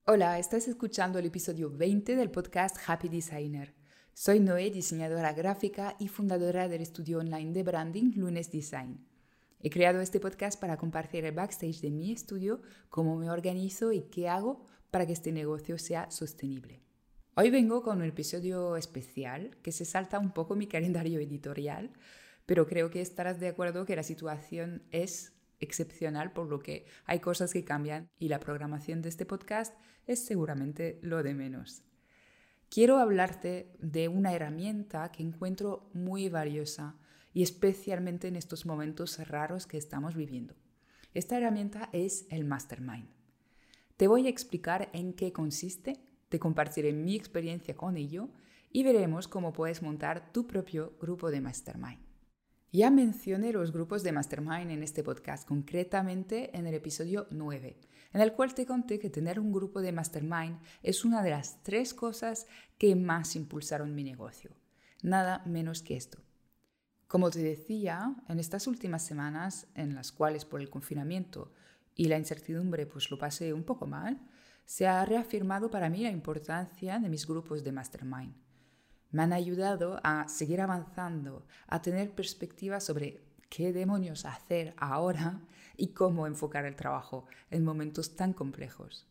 Hola, estás escuchando el episodio 20 del podcast Happy Designer. Soy Noé, diseñadora gráfica y fundadora del estudio online de branding Lunes Design. He creado este podcast para compartir el backstage de mi estudio, cómo me organizo y qué hago para que este negocio sea sostenible. Hoy vengo con un episodio especial que se salta un poco mi calendario editorial, pero creo que estarás de acuerdo que la situación es excepcional, por lo que hay cosas que cambian y la programación de este podcast es seguramente lo de menos. Quiero hablarte de una herramienta que encuentro muy valiosa y especialmente en estos momentos raros que estamos viviendo. Esta herramienta es el Mastermind. Te voy a explicar en qué consiste, te compartiré mi experiencia con ello y veremos cómo puedes montar tu propio grupo de Mastermind. Ya mencioné los grupos de Mastermind en este podcast, concretamente en el episodio 9, en el cual te conté que tener un grupo de Mastermind es una de las 3 cosas que más impulsaron mi negocio. Nada menos que esto. Como te decía, en estas últimas semanas, en las cuales por el confinamiento y la incertidumbre pues lo pasé un poco mal, se ha reafirmado para mí la importancia de mis grupos de Mastermind. Me han ayudado a seguir avanzando, a tener perspectiva sobre qué demonios hacer ahora y cómo enfocar el trabajo en momentos tan complejos.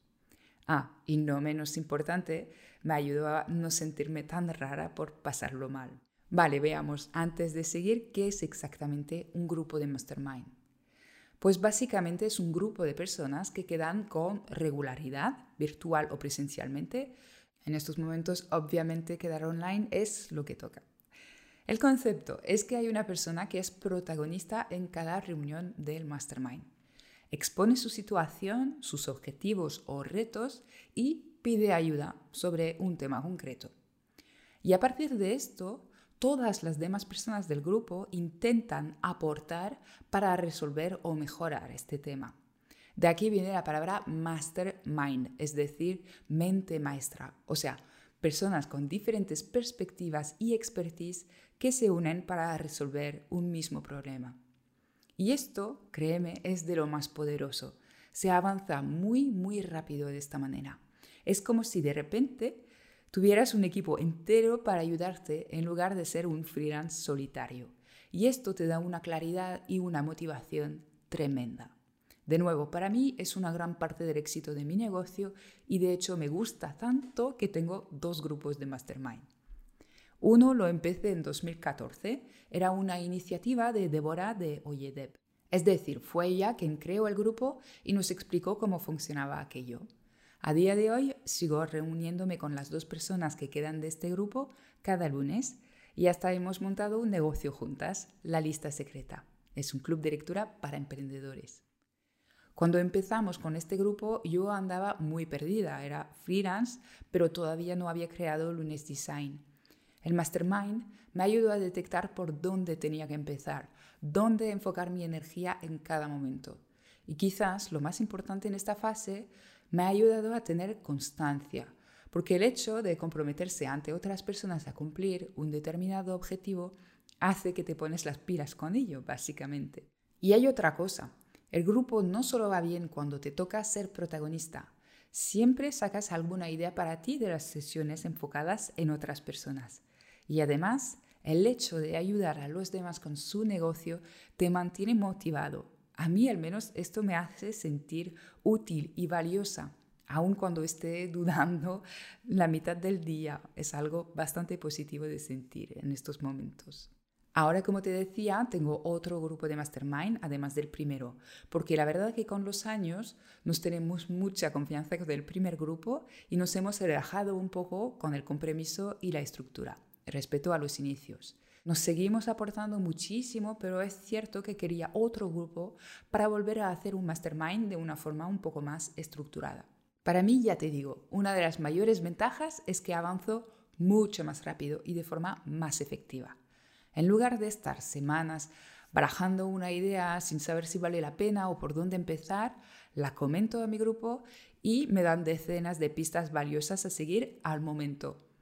Y no menos importante, me ayudó a no sentirme tan rara por pasarlo mal. Vale, veamos, antes de seguir, ¿qué es exactamente un grupo de Mastermind? Pues básicamente es un grupo de personas que quedan con regularidad, virtual o presencialmente. En estos momentos, obviamente, quedar online es lo que toca. El concepto es que hay una persona que es protagonista en cada reunión del Mastermind. Expone su situación, sus objetivos o retos y pide ayuda sobre un tema concreto. Y a partir de esto, todas las demás personas del grupo intentan aportar para resolver o mejorar este tema. De aquí viene la palabra mastermind, es decir, mente maestra, o sea, personas con diferentes perspectivas y expertise que se unen para resolver un mismo problema. Y esto, créeme, es de lo más poderoso. Se avanza muy rápido de esta manera. Es como si de repente tuvieras un equipo entero para ayudarte en lugar de ser un freelance solitario. Y esto te da una claridad y una motivación tremenda. De nuevo, para mí es una gran parte del éxito de mi negocio y de hecho me gusta tanto que tengo 2 grupos de Mastermind. Uno lo empecé en 2014, era una iniciativa de Débora de Oyedeb. Es decir, fue ella quien creó el grupo y nos explicó cómo funcionaba aquello. A día de hoy sigo reuniéndome con las 2 personas que quedan de este grupo cada lunes y hasta hemos montado un negocio juntas, La Lista Secreta. Es un club de lectura para emprendedores. Cuando empezamos con este grupo yo andaba muy perdida, era freelance, pero todavía no había creado Lunes Design. El Mastermind me ayudó a detectar por dónde tenía que empezar, dónde enfocar mi energía en cada momento. Y quizás lo más importante en esta fase, me ha ayudado a tener constancia, porque el hecho de comprometerse ante otras personas a cumplir un determinado objetivo hace que te pones las pilas con ello, básicamente. Y hay otra cosa. El grupo no solo va bien cuando te toca ser protagonista, siempre sacas alguna idea para ti de las sesiones enfocadas en otras personas. Y además, el hecho de ayudar a los demás con su negocio te mantiene motivado. A mí al menos esto me hace sentir útil y valiosa, aun cuando esté dudando la mitad del día. Es algo bastante positivo de sentir en estos momentos. Ahora, como te decía, tengo otro grupo de Mastermind, además del primero, porque la verdad es que con los años nos tenemos mucha confianza con el primer grupo y nos hemos relajado un poco con el compromiso y la estructura, respecto a los inicios. Nos seguimos aportando muchísimo, pero es cierto que quería otro grupo para volver a hacer un Mastermind de una forma un poco más estructurada. Para mí, ya te digo, una de las mayores ventajas es que avanzo mucho más rápido y de forma más efectiva. En lugar de estar semanas barajando una idea sin saber si vale la pena o por dónde empezar, la comento a mi grupo y me dan decenas de pistas valiosas a seguir al momento.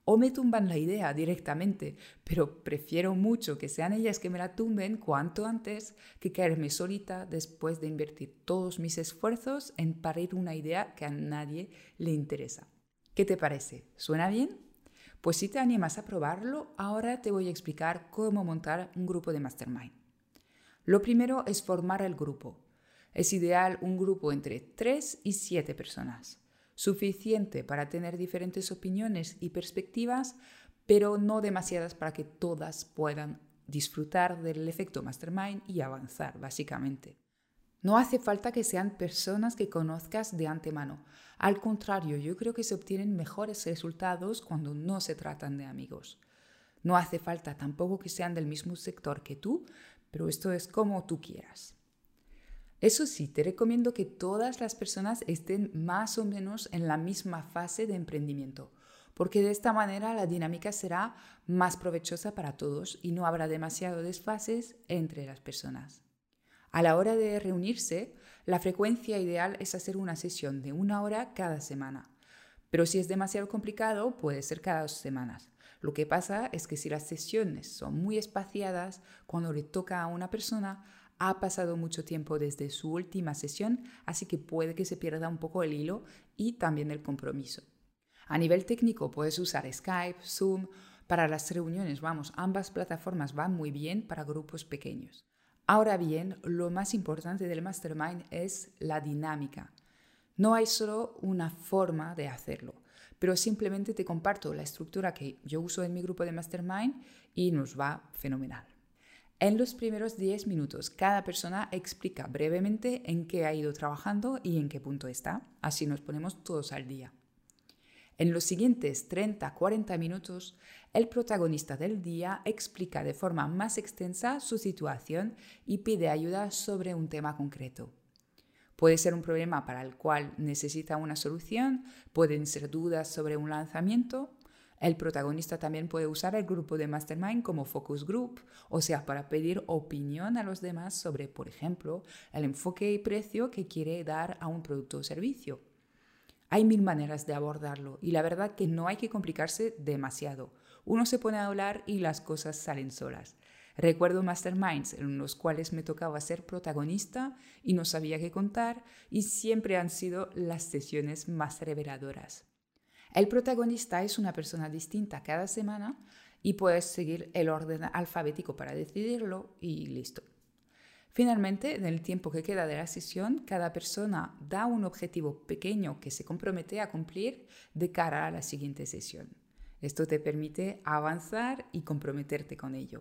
o me tumban la idea directamente, pero prefiero mucho que sean ellas que me la tumben cuanto antes que caerme solita después de invertir todos mis esfuerzos en parir una idea que a nadie le interesa. ¿Qué te parece? ¿Suena bien? Pues si te animas a probarlo, ahora te voy a explicar cómo montar un grupo de Mastermind. Lo primero es formar el grupo. Es ideal un grupo entre 3 y 7 personas. Suficiente para tener diferentes opiniones y perspectivas, pero no demasiadas para que todas puedan disfrutar del efecto Mastermind y avanzar, básicamente. No hace falta que sean personas que conozcas de antemano. Al contrario, yo creo que se obtienen mejores resultados cuando no se tratan de amigos. No hace falta tampoco que sean del mismo sector que tú, pero esto es como tú quieras. Eso sí, te recomiendo que todas las personas estén más o menos en la misma fase de emprendimiento, porque de esta manera la dinámica será más provechosa para todos y no habrá demasiados desfases entre las personas. A la hora de reunirse, la frecuencia ideal es hacer una sesión de 1 hora cada semana, pero si es demasiado complicado puede ser cada 2 semanas. Lo que pasa es que si las sesiones son muy espaciadas, cuando le toca a una persona, ha pasado mucho tiempo desde su última sesión, así que puede que se pierda un poco el hilo y también el compromiso. A nivel técnico puedes usar Skype, Zoom, para las reuniones, ambas plataformas van muy bien para grupos pequeños. Ahora bien, lo más importante del Mastermind es la dinámica. No hay solo una forma de hacerlo, pero simplemente te comparto la estructura que yo uso en mi grupo de Mastermind y nos va fenomenal. En los primeros 10 minutos, cada persona explica brevemente en qué ha ido trabajando y en qué punto está. Así nos ponemos todos al día. En los siguientes 30-40 minutos, el protagonista del día explica de forma más extensa su situación y pide ayuda sobre un tema concreto. Puede ser un problema para el cual necesita una solución, pueden ser dudas sobre un lanzamiento. El protagonista también puede usar el grupo de Mastermind como focus group, o sea, para pedir opinión a los demás sobre, por ejemplo, el enfoque y precio que quiere dar a un producto o servicio. Hay 1000 maneras de abordarlo y la verdad que no hay que complicarse demasiado. Uno se pone a hablar y las cosas salen solas. Recuerdo masterminds en los cuales me tocaba ser protagonista y no sabía qué contar y siempre han sido las sesiones más reveladoras. El protagonista es una persona distinta cada semana y puedes seguir el orden alfabético para decidirlo y listo. Finalmente, en el tiempo que queda de la sesión, cada persona da un objetivo pequeño que se compromete a cumplir de cara a la siguiente sesión. Esto te permite avanzar y comprometerte con ello.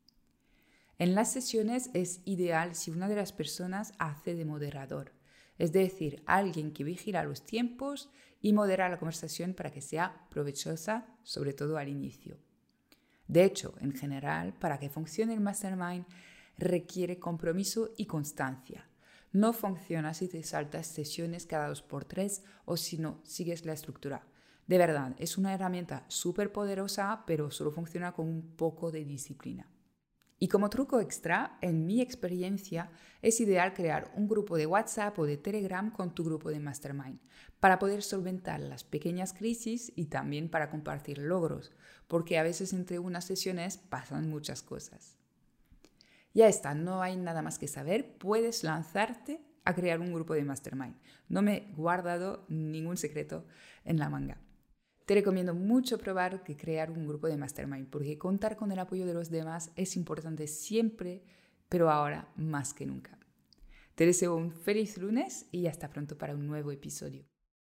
En las sesiones es ideal si una de las personas hace de moderador, es decir, alguien que vigila los tiempos y modera la conversación para que sea provechosa, sobre todo al inicio. De hecho, en general, para que funcione el Mastermind, requiere compromiso y constancia. No funciona si te saltas sesiones cada 2x3 o si no sigues la estructura. De verdad, es una herramienta súper poderosa, pero solo funciona con un poco de disciplina. Y como truco extra, en mi experiencia, es ideal crear un grupo de WhatsApp o de Telegram con tu grupo de Mastermind para poder solventar las pequeñas crisis y también para compartir logros, porque a veces entre unas sesiones pasan muchas cosas. Ya está, no hay nada más que saber, puedes lanzarte a crear un grupo de Mastermind. No me he guardado ningún secreto en la manga. Te recomiendo mucho probar que crear un grupo de Mastermind, porque contar con el apoyo de los demás es importante siempre, pero ahora más que nunca. Te deseo un feliz lunes y hasta pronto para un nuevo episodio.